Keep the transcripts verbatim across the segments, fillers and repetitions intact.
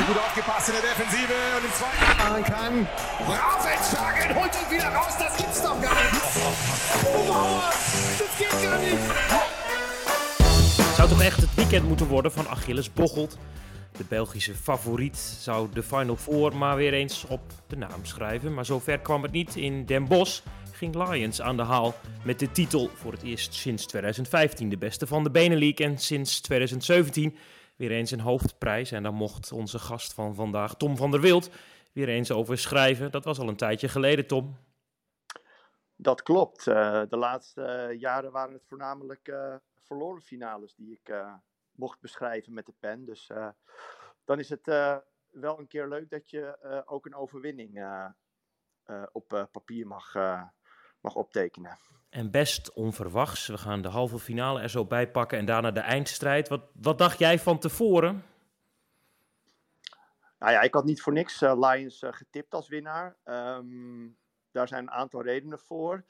gut aufgepasst in der Defensive und im zweiten machen kann. Raffenschagen holt ihn wieder raus, das gibt's doch gar nicht. Oh, Mauer, das geht gar niet. Het zou toch echt het weekend moeten worden van Achilles Bocholt. De Belgische favoriet zou de Final Four maar weer eens op de naam schrijven. Maar zover kwam het niet. In Den Bosch ging Lions aan de haal met de titel voor het eerst sinds twintig vijftien. De beste van de Benelux en sinds twintig zeventien weer eens een hoofdprijs. En daar mocht onze gast van vandaag, Tom van der Wild, weer eens over schrijven. Dat was al een tijdje geleden, Tom. Dat klopt. Uh, de laatste uh, jaren waren het voornamelijk uh, verloren finales die ik uh, mocht beschrijven met de pen. Dus uh, dan is het uh, wel een keer leuk dat je uh, ook een overwinning uh, uh, op uh, papier mag, uh, mag optekenen. En best onverwachts. We gaan de halve finale er zo bij pakken en daarna de eindstrijd. Wat, wat dacht jij van tevoren? Nou ja, ik had niet voor niks uh, Lions uh, getipt als winnaar. Um, daar zijn een aantal redenen voor.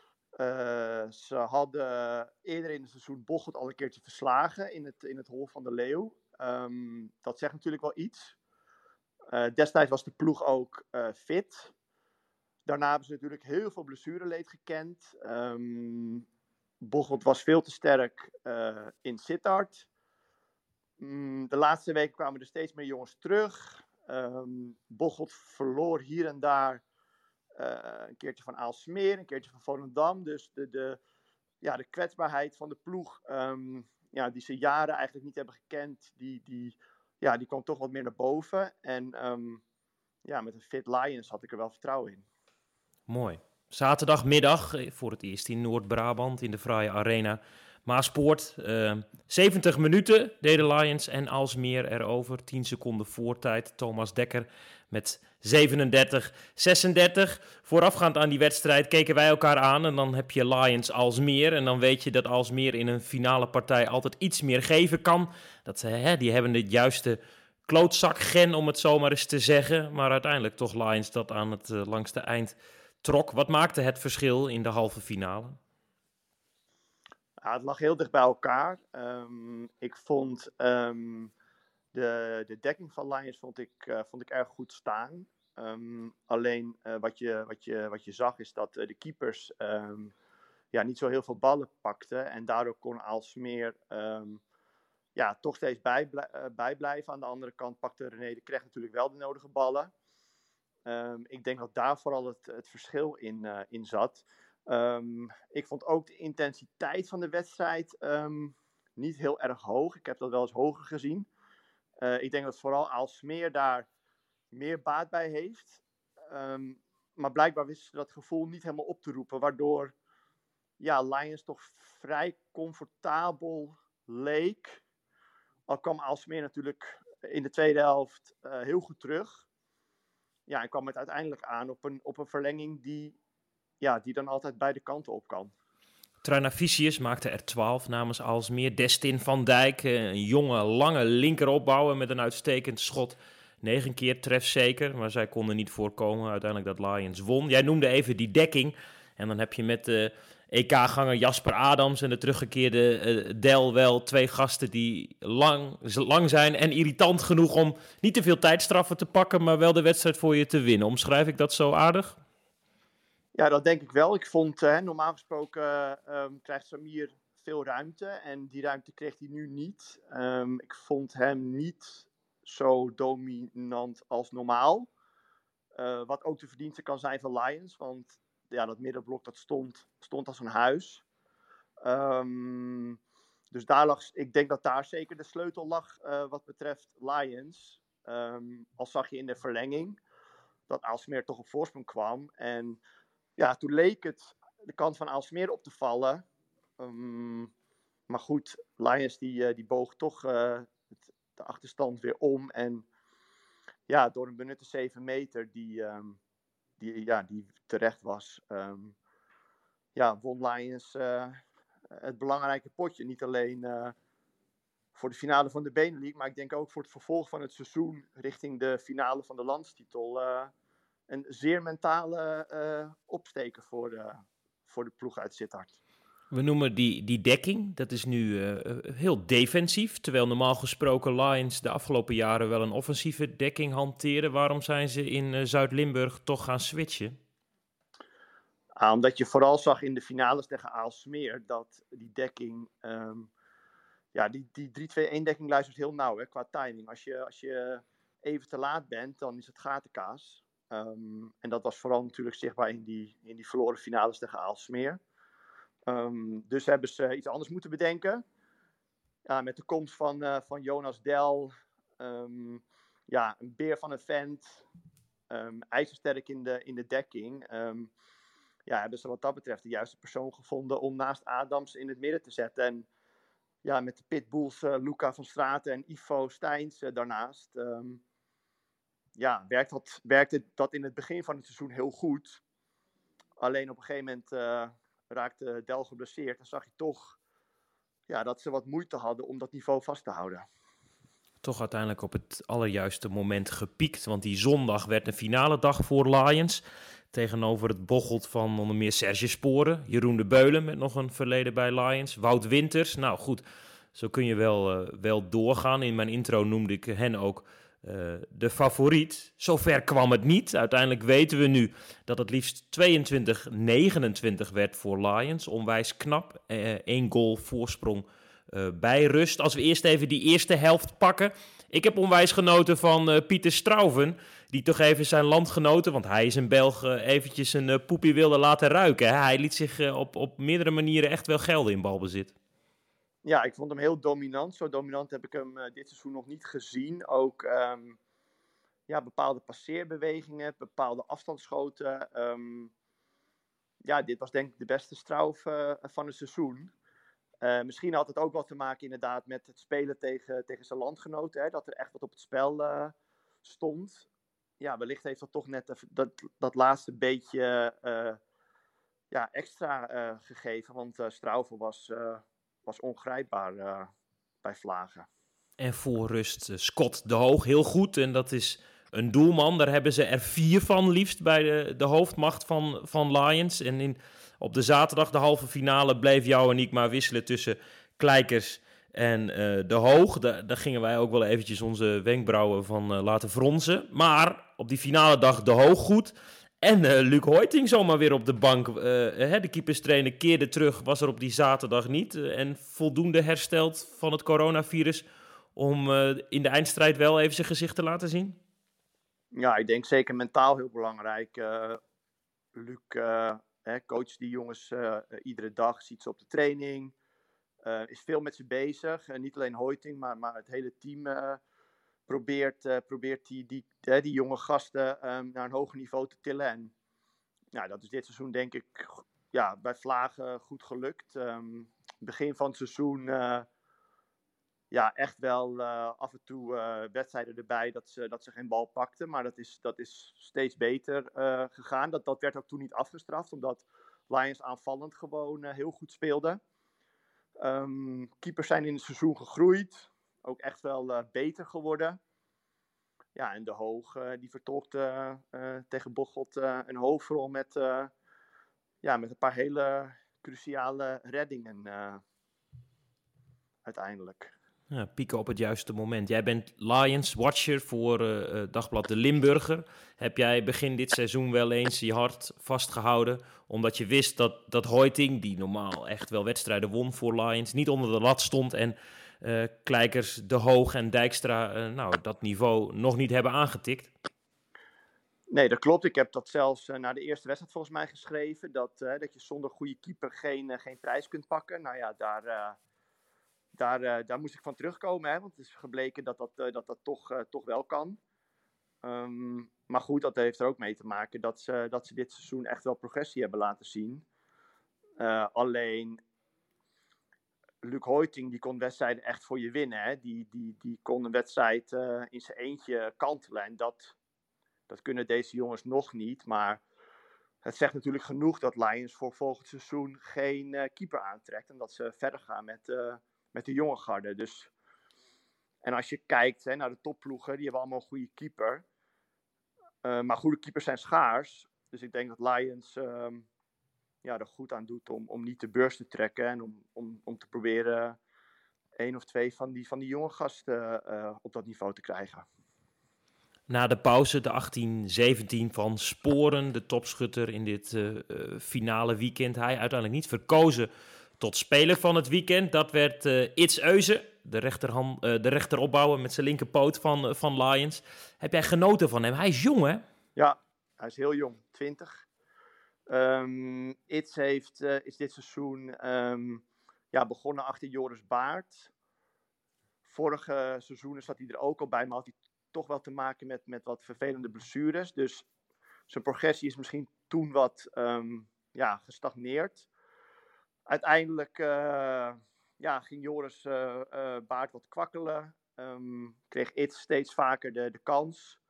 Uh, ze hadden eerder in het seizoen Bocholt al een keertje verslagen in het, in het Hol van de Leeuw. Um, dat zegt natuurlijk wel iets. Uh, destijds was de ploeg ook uh, fit. Daarna hebben ze natuurlijk heel veel blessureleed gekend. Um, Bocholt was veel te sterk uh, in Sittard. Um, de laatste weken kwamen er steeds meer jongens terug. Um, Bocholt verloor hier en daar uh, een keertje van Aalsmeer, een keertje van Volendam. Dus de, de, ja, de kwetsbaarheid van de ploeg, um, ja, die ze jaren eigenlijk niet hebben gekend, die, die, ja, die kwam toch wat meer naar boven. En um, ja, met een fit Lions had ik er wel vertrouwen in. Mooi. Zaterdagmiddag voor het eerst in Noord-Brabant in de Fraaie Arena Maaspoort. Uh, zeventig minuten deden Lions en Aalsmeer erover. tien seconden voortijd. Thomas Dekker met zevenendertig zesendertig. Voorafgaand aan die wedstrijd keken wij elkaar aan. En dan heb je Lions Aalsmeer. En dan weet je dat Aalsmeer in een finale partij altijd iets meer geven kan. Dat, hè, die hebben de juiste klootzakgen, om het zo maar eens te zeggen. Maar uiteindelijk toch Lions dat aan het uh, langste eind trok. Wat maakte het verschil in de halve finale? Ja, het lag heel dicht bij elkaar. Um, ik vond um, de, de dekking van Lions vond ik, uh, vond ik erg goed staan. Um, alleen uh, wat, je, wat, je, wat je zag is dat uh, de keepers um, ja, niet zo heel veel ballen pakten. En daardoor kon Aalsmeer um, ja, toch steeds bijble- uh, bijblijven. Aan de andere kant pakte René de Kregg natuurlijk wel de nodige ballen. Um, ik denk dat daar vooral het, het verschil in, uh, in zat. Um, ik vond ook de intensiteit van de wedstrijd um, niet heel erg hoog. Ik heb dat wel eens hoger gezien. Uh, ik denk dat vooral Aalsmeer daar meer baat bij heeft. Um, maar blijkbaar wisten ze dat gevoel niet helemaal op te roepen. Waardoor ja, Lions toch vrij comfortabel leek. Al kwam Aalsmeer natuurlijk in de tweede helft uh, heel goed terug. Ja, en kwam het uiteindelijk aan op een, op een verlenging die, ja, die dan altijd beide kanten op kan. Truinaficius maakte er twaalf namens Aalsmeer. Destin van Dijk, een jonge, lange linkeropbouwer met een uitstekend schot. Negen keer trefzeker, maar zij konden niet voorkomen. Uiteindelijk dat Lions won. Jij noemde even die dekking. En dan heb je met de E K-ganger Jasper Adams en de teruggekeerde uh, Del wel twee gasten die lang, lang zijn en irritant genoeg om niet te veel tijdstraffen te pakken, maar wel de wedstrijd voor je te winnen. Omschrijf ik dat zo aardig? Ja, dat denk ik wel. Ik vond, uh, normaal gesproken uh, um, krijgt Samir veel ruimte en die ruimte kreeg hij nu niet. Um, ik vond hem niet zo dominant als normaal. Uh, wat ook de verdienste kan zijn van Lions, want ja, dat middenblok dat stond, stond als een huis. Um, dus daar lag, ik denk dat daar zeker de sleutel lag uh, wat betreft Lions. Um, al zag je in de verlenging dat Aalsmeer toch op voorsprong kwam. En ja, toen leek het de kant van Aalsmeer op te vallen. Um, maar goed, Lions die, uh, die boog toch uh, het, de achterstand weer om. En ja, door een benutte zeven meter die... Um, Die, ja, die terecht was, um, ja, won Lions uh, het belangrijke potje. Niet alleen uh, voor de finale van de Benelux, maar ik denk ook voor het vervolg van het seizoen richting de finale van de landstitel. Uh, een zeer mentale uh, opsteken voor de, voor de ploeg uit Sittard. We noemen die, die dekking, dat is nu uh, heel defensief. Terwijl normaal gesproken Lions de afgelopen jaren wel een offensieve dekking hanteren. Waarom zijn ze in uh, Zuid-Limburg toch gaan switchen? Ah, omdat je vooral zag in de finales tegen Aalsmeer dat die dekking... Um, ja, die, die drie twee een dekking luistert heel nauw hè, qua timing. Als je, als je even te laat bent, dan is het gatenkaas. Um, en dat was vooral natuurlijk zichtbaar in die, in die verloren finales tegen Aalsmeer. Um, dus hebben ze iets anders moeten bedenken. Ja, met de komst van, uh, van Jonas Del. Um, ja, een beer van een vent. Um, ijzersterk in de, in de dekking. Um, ja, hebben ze wat dat betreft de juiste persoon gevonden om naast Adams in het midden te zetten. En ja, met de pitbulls uh, Luca van Straten en Ivo Steins uh, daarnaast. Um, ja, werkt dat, werkte dat in het begin van het seizoen heel goed. Alleen op een gegeven moment... Uh, raakte Del geblesseerd en zag je toch ja, dat ze wat moeite hadden om dat niveau vast te houden. Toch uiteindelijk op het allerjuiste moment gepiekt, want die zondag werd een finale dag voor Lions. Tegenover het Bocholt van onder meer Serge Sporen, Jeroen de Beulen met nog een verleden bij Lions, Wout Winters. Nou goed, zo kun je wel, uh, wel doorgaan. In mijn intro noemde ik hen ook Uh, de favoriet. Zover kwam het niet. Uiteindelijk weten we nu dat het liefst tweeëntwintig negenentwintig werd voor Lions. Onwijs knap. Eén uh, goal voorsprong uh, bij rust. Als we eerst even die eerste helft pakken. Ik heb onwijs genoten van uh, Pieter Strauven. Die toch even zijn landgenoten, want hij is een Belg, uh, eventjes een uh, poepie wilde laten ruiken. Hè? Hij liet zich uh, op, op meerdere manieren echt wel gelden in balbezit. Ja, ik vond hem heel dominant. Zo dominant heb ik hem uh, dit seizoen nog niet gezien. Ook um, ja, bepaalde passeerbewegingen, bepaalde afstandsschoten. Um, ja, dit was denk ik de beste Strauv uh, van het seizoen. Uh, misschien had het ook wat te maken inderdaad met het spelen tegen, tegen zijn landgenoten. Hè, dat er echt wat op het spel uh, stond. Ja, wellicht heeft dat toch net even, dat, dat laatste beetje uh, ja, extra uh, gegeven. Want uh, Strauv was... Uh, was ongrijpbaar uh, bij Vlagen. En voor rust uh, Scott de Hoog heel goed. En dat is een doelman. Daar hebben ze er vier van liefst bij de, de hoofdmacht van, van Lions. En in, op de zaterdag, de halve finale, bleef jou en ik maar wisselen tussen Kleikers en uh, de Hoog. Da- daar gingen wij ook wel eventjes onze wenkbrauwen van uh, laten fronsen. Maar op die finale dag de Hoog goed. En uh, Luc Hoiting zomaar weer op de bank. Uh, hè, de keeperstrainer keerde terug, was er op die zaterdag niet. Uh, en voldoende hersteld van het coronavirus om uh, in de eindstrijd wel even zijn gezicht te laten zien? Ja, ik denk zeker mentaal heel belangrijk. Uh, Luc uh, hè, coacht die jongens uh, iedere dag, ziet ze op de training. Uh, is veel met ze bezig. Uh, niet alleen Hoiting, maar, maar het hele team... Uh, probeert, uh, probeert die, die, uh, die jonge gasten um, naar een hoger niveau te tillen. En nou, dat is dit seizoen denk ik ja, bij Vlagen goed gelukt. Um, begin van het seizoen uh, ja, echt wel uh, af en toe uh, wedstrijden erbij dat ze, dat ze geen bal pakten. Maar dat is, dat is steeds beter uh, gegaan. Dat, dat werd ook toen niet afgestraft, omdat Lions aanvallend gewoon uh, heel goed speelden. Um, keepers zijn in het seizoen gegroeid. Ook echt wel uh, beter geworden. Ja, en de Hoog, uh, die vertolkte uh, tegen Bocholt uh, een hoofdrol met, uh, ja, met een paar hele cruciale reddingen uh, uiteindelijk. Ja, pieken op het juiste moment. Jij bent Lions-watcher voor uh, Dagblad de Limburger. Heb jij begin dit seizoen wel eens je hart vastgehouden, omdat je wist dat, dat Hoiting, die normaal echt wel wedstrijden won voor Lions, niet onder de lat stond en uh, Kleikers, De Hoog en Dijkstra uh, nou, dat niveau nog niet hebben aangetikt? Nee, dat klopt. Ik heb dat zelfs uh, na de eerste wedstrijd volgens mij geschreven, dat, uh, dat je zonder goede keeper geen, uh, geen prijs kunt pakken. Nou ja, daar... Uh, Daar, uh, daar moest ik van terugkomen, hè, want het is gebleken dat dat, uh, dat, dat toch, uh, toch wel kan. Um, maar goed, dat heeft er ook mee te maken dat ze, dat ze dit seizoen echt wel progressie hebben laten zien. Uh, alleen, Luc Hoiting die kon wedstrijden echt voor je winnen. Hè. Die, die, die kon een wedstrijd uh, in zijn eentje kantelen. En dat, dat kunnen deze jongens nog niet. Maar het zegt natuurlijk genoeg dat Lions voor volgend seizoen geen uh, keeper aantrekt. En dat ze verder gaan met... Uh, Met de jonge garde. Dus, en als je kijkt hè, naar de topploegen, die hebben allemaal een goede keeper. Uh, maar goede keepers zijn schaars. Dus ik denk dat Lions um, ja, er goed aan doet om, om niet de beurs te trekken. En om, om, om te proberen één of twee van die, van die jonge gasten uh, op dat niveau te krijgen. Na de pauze, de achttien zeventien van Sporen, de topschutter in dit uh, uh, finale weekend. Hij uiteindelijk niet verkozen tot speler van het weekend. Dat werd uh, Its Euze, de, rechterhand, uh, de rechteropbouwer met zijn linkerpoot van, uh, van Lions. Heb jij genoten van hem? Hij is jong, hè? Ja, hij is heel jong, twintig. Um, Its heeft, uh, is dit seizoen um, ja, begonnen achter Joris Baert. Vorige seizoenen zat hij er ook al bij, maar had hij toch wel te maken met, met wat vervelende blessures. Dus zijn progressie is misschien toen wat um, ja, gestagneerd. Uiteindelijk uh, ja, ging Joris uh, uh, Baert wat kwakkelen. Um, kreeg Its steeds vaker de, de kans.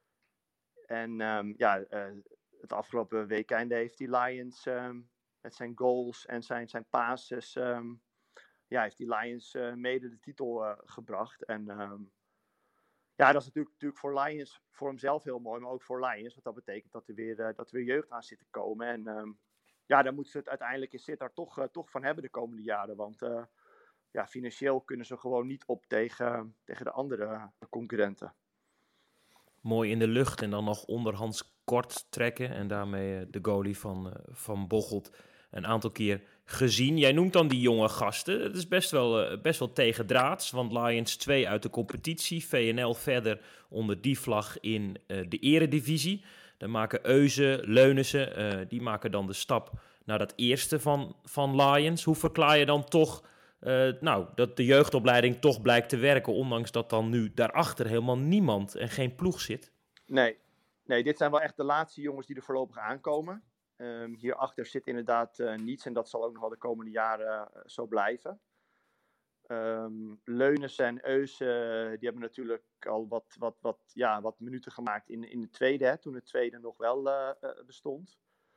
En um, ja, uh, het afgelopen weekend heeft die Lions um, met zijn goals en zijn, zijn passes... Um, ja, heeft die Lions uh, mede de titel uh, gebracht. En um, ja, dat is natuurlijk, natuurlijk voor Lions, voor hemzelf heel mooi, maar ook voor Lions. Want dat betekent dat er weer, uh, dat er weer jeugd aan zit te komen. En um, ja, daar moeten ze het uiteindelijk in Sittard toch, uh, toch van hebben de komende jaren. Want uh, ja, financieel kunnen ze gewoon niet op tegen, tegen de andere concurrenten. Mooi in de lucht en dan nog onderhands kort trekken. En daarmee uh, de goalie van, uh, van Bocholt een aantal keer gezien. Jij noemt dan die jonge gasten. Het is best wel, uh, best wel tegendraads, want Lions twee uit de competitie. V N L verder onder die vlag in uh, de eredivisie. Dan maken Euze, Leunissen, uh, die maken dan de stap naar dat eerste van, van Lions. Hoe verklaar je dan toch uh, nou, dat de jeugdopleiding toch blijkt te werken, ondanks dat dan nu daarachter helemaal niemand en geen ploeg zit? Nee, nee, dit zijn wel echt de laatste jongens die er voorlopig aankomen. Um, hierachter zit inderdaad uh, niets en dat zal ook nog wel de komende jaren uh, zo blijven. Um, Leunissen en Euze, uh, die hebben natuurlijk al wat, wat, wat, ja, wat minuten gemaakt in, in de tweede, hè, toen de tweede nog wel uh, uh, bestond.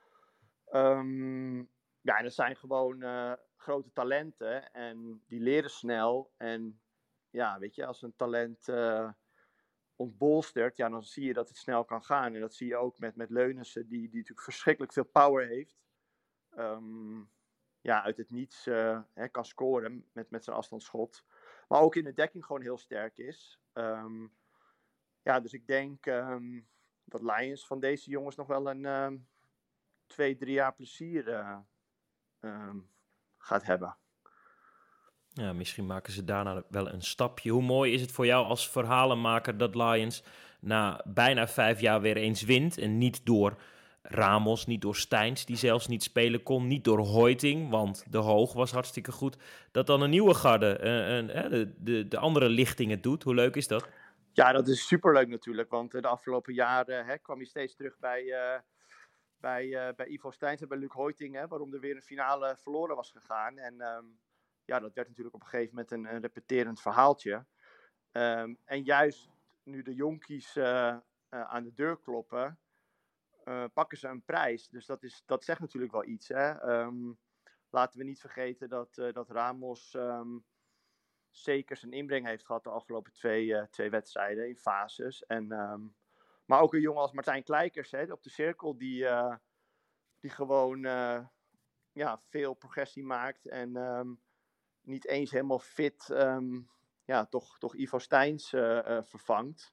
Um, ja, en dat zijn gewoon uh, grote talenten en die leren snel. En ja, weet je, als een talent uh, ontbolstert, ja, dan zie je dat het snel kan gaan. En dat zie je ook met, met Leunissen, die, die natuurlijk verschrikkelijk veel power heeft. Um, ja, uit het niets uh, hè, kan scoren met, met zijn afstandsschot. Maar ook in de dekking gewoon heel sterk is. Um, ja, dus ik denk um, dat Lions van deze jongens nog wel een um, twee, drie jaar plezier uh, um, gaat hebben. Ja, misschien maken ze daarna wel een stapje. Hoe mooi is het voor jou als verhalenmaker dat Lions na bijna vijf jaar weer eens wint en niet door Ramos, niet door Steins, die zelfs niet spelen kon, niet door Hoiting, want de Hoog was hartstikke goed, dat dan een nieuwe garde, uh, uh, de, de, de andere lichting het doet. Hoe leuk is dat? Ja, dat is superleuk natuurlijk, want de afgelopen jaren hè, kwam je steeds terug bij, uh, bij, uh, bij Ivo Steins en bij Luc Hoiting, hè, waarom er weer een finale verloren was gegaan. En um, ja, dat werd natuurlijk op een gegeven moment een, een repeterend verhaaltje. Um, en juist nu de jonkies uh, uh, aan de deur kloppen, Uh, pakken ze een prijs. Dus dat, is, dat zegt natuurlijk wel iets. Hè? Um, laten we niet vergeten dat, uh, dat Ramos um, zeker zijn inbreng heeft gehad de afgelopen twee, uh, twee wedstrijden in fases. En, um, maar ook een jongen als Martijn Kleikers, hè, op de cirkel, die, uh, die gewoon uh, ja, veel progressie maakt en um, niet eens helemaal fit um, ja, toch, toch Ivo Steins uh, uh, vervangt.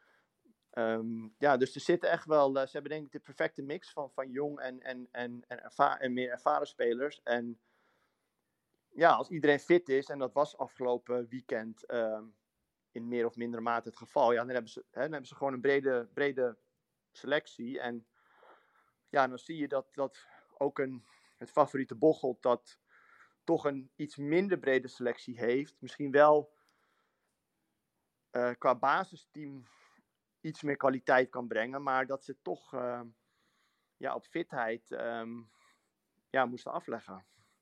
Um, ja, dus er zitten echt wel, uh, ze hebben denk ik de perfecte mix van, van jong en, en, en, en, erva- en meer ervaren spelers. En ja, als iedereen fit is, en dat was afgelopen weekend um, in meer of mindere mate het geval, ja, dan hebben ze, hè, dan hebben ze gewoon een brede, brede selectie. En ja, dan zie je dat, dat ook een, het favoriete Bocholt dat toch een iets minder brede selectie heeft. Misschien wel uh, qua basisteam iets meer kwaliteit kan brengen, maar dat ze toch uh, ja, op fitheid um, ja, moesten afleggen.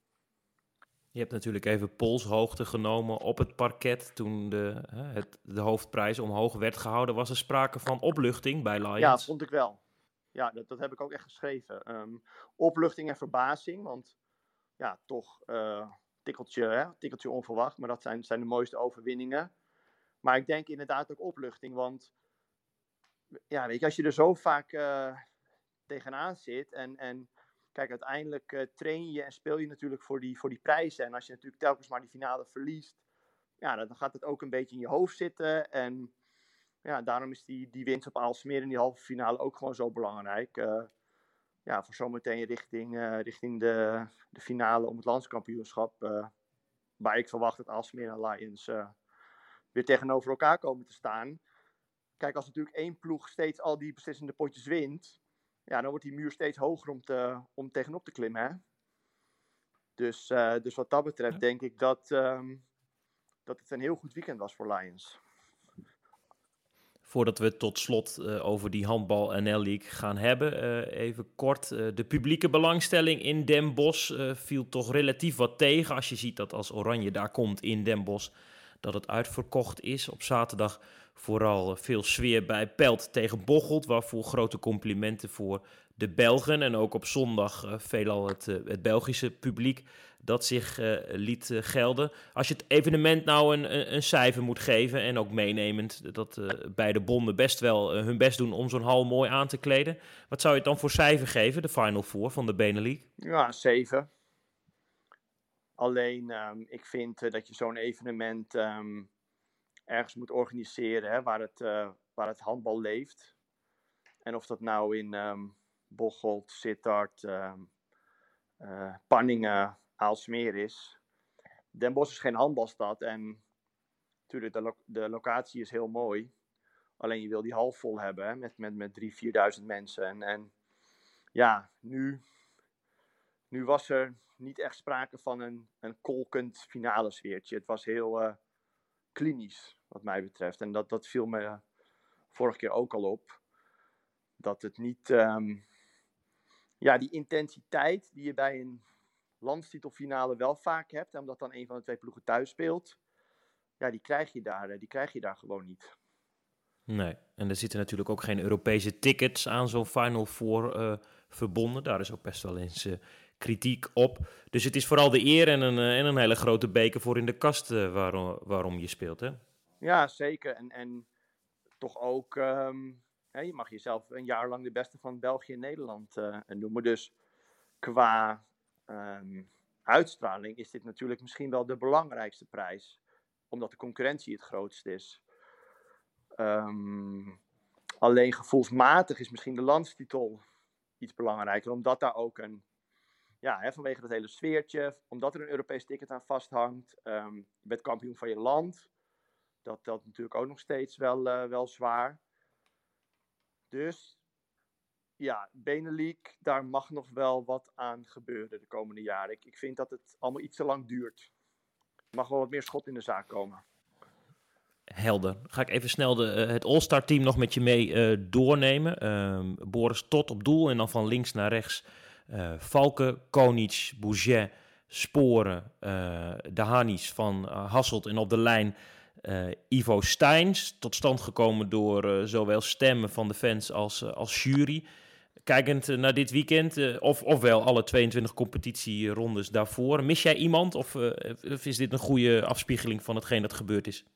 Je hebt natuurlijk even polshoogte genomen op het parket toen de, het, de hoofdprijs omhoog werd gehouden. Was er sprake van opluchting bij Lions? Ja, vond ik wel. Ja, dat, dat heb ik ook echt geschreven. Um, opluchting en verbazing, want ja, toch uh, tikkeltje, hè, tikkeltje onverwacht, maar dat zijn, zijn de mooiste overwinningen. Maar ik denk inderdaad ook opluchting, want ja, weet je, als je er zo vaak uh, tegenaan zit en, en kijk, uiteindelijk uh, train je en speel je natuurlijk voor die, voor die prijzen. En als je natuurlijk telkens maar die finale verliest, ja, dan gaat het ook een beetje in je hoofd zitten. En ja, daarom is die, die winst op Aalsmeer in die halve finale ook gewoon zo belangrijk. Uh, ja, voor zometeen richting, uh, richting de, de finale om het landskampioenschap. Uh, waar ik verwacht dat Aalsmeer en Lions uh, weer tegenover elkaar komen te staan. Kijk, als natuurlijk één ploeg steeds al die beslissende potjes wint, ja, dan wordt die muur steeds hoger om, te, om tegenop te klimmen. Hè? Dus, uh, dus wat dat betreft ja. denk ik dat, um, dat het een heel goed weekend was voor Lions. Voordat we tot slot uh, over die handbal N L League gaan hebben, uh, even kort. Uh, de publieke belangstelling in Den Bosch uh, viel toch relatief wat tegen. Als je ziet dat als Oranje daar komt in Den Bosch, dat het uitverkocht is. Op zaterdag vooral veel sfeer bij Pelt tegen Bocholt, waarvoor grote complimenten voor de Belgen. En ook op zondag uh, veelal het, uh, het Belgische publiek dat zich uh, liet uh, gelden. Als je het evenement nou een, een, een cijfer moet geven, en ook meenemend dat uh, beide bonden best wel uh, hun best doen om zo'n hal mooi aan te kleden. Wat zou je het dan voor cijfer geven, de Final Four van de Benelux? Ja, zeven. Alleen, um, ik vind uh, dat je zo'n evenement um, ergens moet organiseren, hè, waar, het, uh, waar het handbal leeft. En of dat nou in um, Bocholt, Sittard, um, uh, Panningen, Aalsmeer is. Den Bosch is geen handbalstad en natuurlijk de, lo- de locatie is heel mooi. Alleen je wil die hal vol hebben, hè, met, met, met drieduizend, vierduizend mensen. En, en ja, nu, nu was er niet echt sprake van een, een kolkend finale sfeertje. Het was heel uh, klinisch, wat mij betreft. En dat, dat viel me uh, vorige keer ook al op. Dat het niet... Um, ja, die intensiteit die je bij een landstitelfinale wel vaak hebt, en omdat dan een van de twee ploegen thuis speelt, ja, die krijg je daar, die krijg je daar gewoon niet. Nee, en er zitten natuurlijk ook geen Europese tickets aan zo'n Final Four uh, verbonden. Daar is ook best wel eens uh, kritiek op. Dus het is vooral de eer en een, uh, en een hele grote beker voor in de kast uh, waarom, waarom je speelt, hè? Ja, zeker. En, en toch ook, um, hè, je mag jezelf een jaar lang de beste van België en Nederland uh, noemen. Dus qua um, uitstraling is dit natuurlijk misschien wel de belangrijkste prijs. Omdat de concurrentie het grootst is. Um, alleen gevoelsmatig is misschien de landstitel iets belangrijker. Omdat daar ook een, ja, hè, vanwege dat hele sfeertje, omdat er een Europees ticket aan vasthangt. Um, je bent kampioen van je land. Dat telt natuurlijk ook nog steeds wel, uh, wel zwaar. Dus ja, Benelux, daar mag nog wel wat aan gebeuren de komende jaren. Ik, ik vind dat het allemaal iets te lang duurt. Er mag wel wat meer schot in de zaak komen. Helder. Ga ik even snel de, uh, het All-Star team nog met je mee uh, doornemen. Uh, Boris Tot op doel en dan van links naar rechts. Uh, Valken, Konig, Bouget, Sporen, uh, de Hanis van uh, Hasselt en op de lijn uh, Ivo Steins. Tot stand gekomen door uh, zowel stemmen van de fans als, uh, als jury. Kijkend uh, naar dit weekend, uh, of, ofwel alle tweeëntwintig competitierondes daarvoor. Mis jij iemand of, uh, of is dit een goede afspiegeling van hetgeen dat gebeurd is?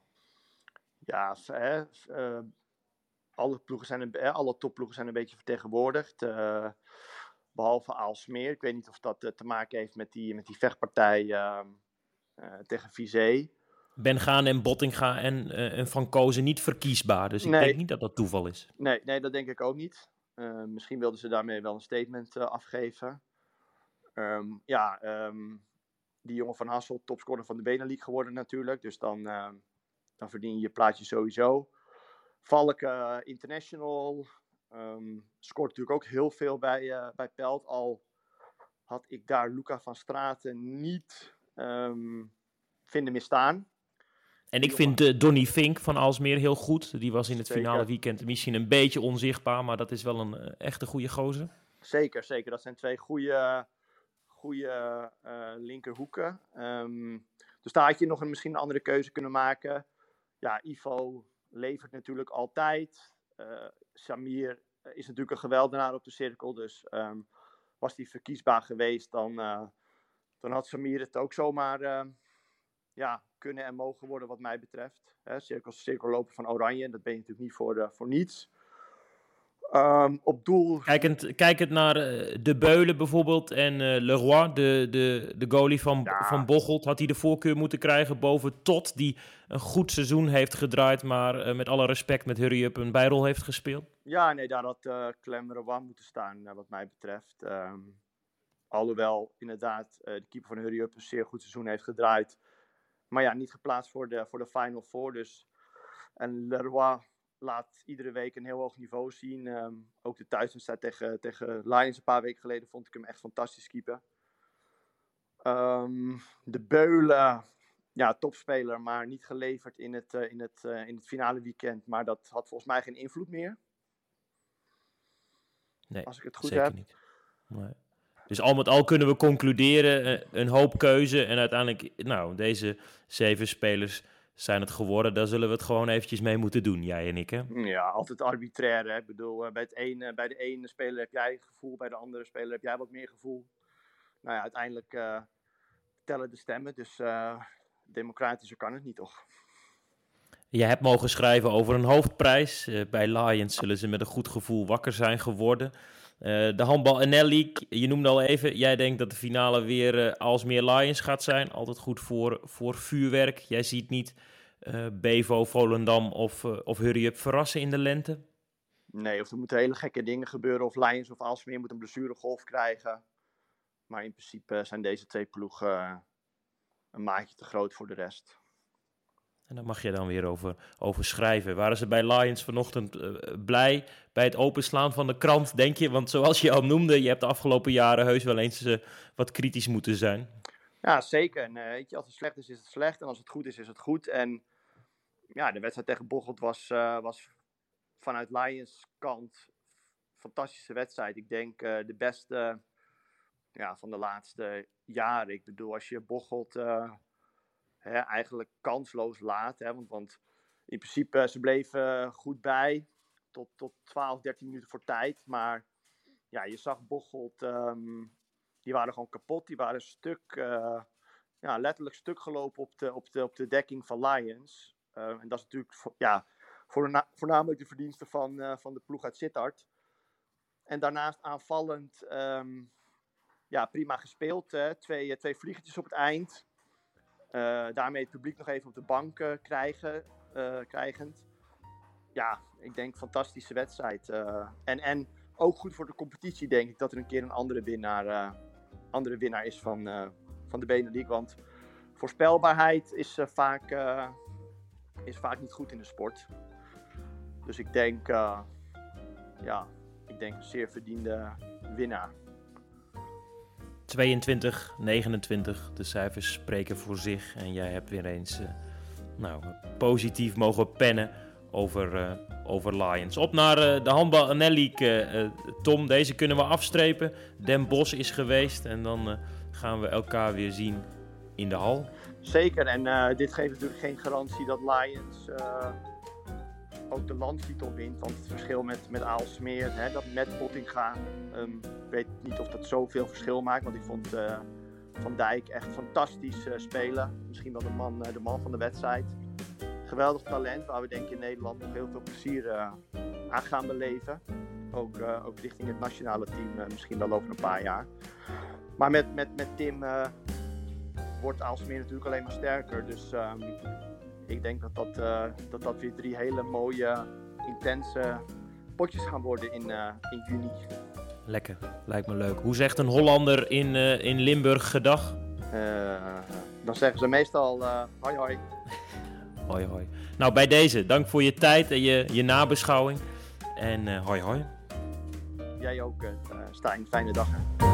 Ja, hè, uh, alle, ploegen zijn een, uh, alle topploegen zijn een beetje vertegenwoordigd. Uh, behalve Aalsmeer. Ik weet niet of dat uh, te maken heeft met die, met die vechtpartij uh, uh, tegen Vizé. Ben Gaan en Bottinga en, uh, en Van Kozen niet verkiesbaar. Dus ik nee. denk niet dat dat toeval is. Nee, nee, dat denk ik ook niet. Uh, misschien wilden ze daarmee wel een statement uh, afgeven. Um, ja, um, die jongen van Hasselt, topscorer van de Benelux geworden natuurlijk. Dus dan... Uh, Dan verdien je je plaatje sowieso. Valk uh, International. Um, scoort natuurlijk ook heel veel bij, uh, bij Pelt. Al had ik daar Luca van Straten niet um, vinden misstaan. En ik vind uh, Donny Fink van Aalsmeer heel goed. Die was in het zeker. Finale weekend misschien een beetje onzichtbaar. Maar dat is wel een uh, echte goede gozer. Zeker, zeker. Dat zijn twee goede, goede uh, linkerhoeken. Um, dus daar had je nog een, misschien een andere keuze kunnen maken. Ja, Ivo levert natuurlijk altijd. Uh, Samir is natuurlijk een geweldenaar op de cirkel. Dus um, was die verkiesbaar geweest, dan, uh, dan had Samir het ook zomaar uh, ja, kunnen en mogen worden wat mij betreft. Hè, cirkel, cirkel lopen van Oranje, dat ben je natuurlijk niet voor, uh, voor niets. Um, op doel... Kijkend, kijkend naar uh, De Beulen bijvoorbeeld en uh, Leroy, de, de, de goalie van, Ja. van Bocholt, had hij de voorkeur moeten krijgen boven Tot, die een goed seizoen heeft gedraaid, maar uh, met alle respect met Hurry Up een bijrol heeft gespeeld? Ja, nee, daar had uh, Clem Leroy moeten staan, uh, wat mij betreft. Um, alhoewel, inderdaad, uh, de keeper van Hurry Up een zeer goed seizoen heeft gedraaid. Maar ja, niet geplaatst voor de, voor de Final Four. Dus. En Leroy laat iedere week een heel hoog niveau zien. Um, ook de thuiswedstrijd tegen, tegen Lions een paar weken geleden vond ik hem echt fantastisch keeper. Um, de Beulen, ja, topspeler, maar niet geleverd in het, uh, in, het, uh, in het finale weekend. Maar dat had volgens mij geen invloed meer. Nee, als ik het goed zeker heb. niet. Nee. Dus al met al kunnen we concluderen, een hoop keuze. En uiteindelijk, nou, deze zeven spelers zijn het geworden. Daar zullen we het gewoon eventjes mee moeten doen, jij en ik, hè? Ja, altijd arbitrair, hè. Ik bedoel, bij, het ene, bij de ene speler heb jij gevoel, bij de andere speler heb jij wat meer gevoel. Nou ja, uiteindelijk uh, tellen de stemmen, dus uh, democratischer kan het niet, toch? Je hebt mogen schrijven over een hoofdprijs. Uh, bij Lions zullen ze met een goed gevoel wakker zijn geworden. Uh, de handbal N L League, je noemde al even, jij denkt dat de finale weer uh, Aalsmeer Lions gaat zijn. Altijd goed voor, voor vuurwerk. Jij ziet niet uh, Bevo, Volendam of, uh, of Hurry Up verrassen in de lente? Nee, of er moeten hele gekke dingen gebeuren. Of Lions of Aalsmeer moeten een blessuregolf krijgen. Maar in principe zijn deze twee ploegen uh, een maatje te groot voor de rest. En daar mag je dan weer over, over schrijven. Waren ze bij Lions vanochtend uh, blij bij het openslaan van de krant, denk je? Want zoals je al noemde, je hebt de afgelopen jaren heus wel eens uh, wat kritisch moeten zijn. Ja, zeker. En, uh, weet je, als het slecht is, is het slecht. En als het goed is, is het goed. En ja, de wedstrijd tegen Bocholt was, uh, was vanuit Lions kant een fantastische wedstrijd. Ik denk uh, de beste ja, van de laatste jaren. Ik bedoel, als je Bocholt... Uh, He, eigenlijk kansloos laat. Hè, want, want in principe, ze bleven goed bij. Tot, tot twaalf, dertien minuten voor tijd. Maar ja, je zag Bocholt. Um, die waren gewoon kapot. Die waren stuk, uh, ja, letterlijk stuk gelopen op de, op de, op de dekking van Lions. Uh, en dat is natuurlijk voor, ja, voor, voornamelijk de verdienste van, uh, van de ploeg uit Sittard. En daarnaast aanvallend um, ja, prima gespeeld. Hè. Twee, twee vliegertjes op het eind. Uh, daarmee het publiek nog even op de bank uh, krijgen, uh, krijgend. Ja, ik denk fantastische wedstrijd. Uh, en, en ook goed voor de competitie, denk ik, dat er een keer een andere winnaar, uh, andere winnaar is van, uh, van de Benelux. Want voorspelbaarheid is, uh, vaak, uh, is vaak niet goed in de sport. Dus ik denk, uh, ja, ik denk een zeer verdiende winnaar. tweeëntwintig, negenentwintig, de cijfers spreken voor zich. En jij hebt weer eens uh, nou, positief mogen pennen over, uh, over Lions. Op naar uh, de handbal N L League, uh, uh, Tom. Deze kunnen we afstrepen. Den Bosch is geweest en dan uh, gaan we elkaar weer zien in de hal. Zeker, en uh, dit geeft natuurlijk geen garantie dat Lions uh, ook de landstitel wint. Want het verschil met, met Aalsmeer, hè, dat met Pottinga, um, ik weet niet of dat zoveel verschil maakt. Want ik vond uh, Van Dijk echt fantastisch uh, spelen. Misschien wel de man, uh, de man van de wedstrijd. Geweldig talent, waar we denk ik in Nederland nog heel veel plezier uh, aan gaan beleven. Ook, uh, ook richting het nationale team, uh, misschien wel over een paar jaar. Maar met, met, met Tim uh, wordt Aalsmeer natuurlijk alleen maar sterker. Dus um, ik denk dat dat, uh, dat dat weer drie hele mooie, intense potjes gaan worden in, uh, in juni. Lekker, lijkt me leuk. Hoe zegt een Hollander in, uh, in Limburg gedag? Uh, dan zeggen ze meestal uh, hoi hoi. Hoi hoi. Nou, bij deze, dank voor je tijd en je, je nabeschouwing. En uh, hoi hoi. Jij ook, uh, Stijn. Fijne dag. Hè.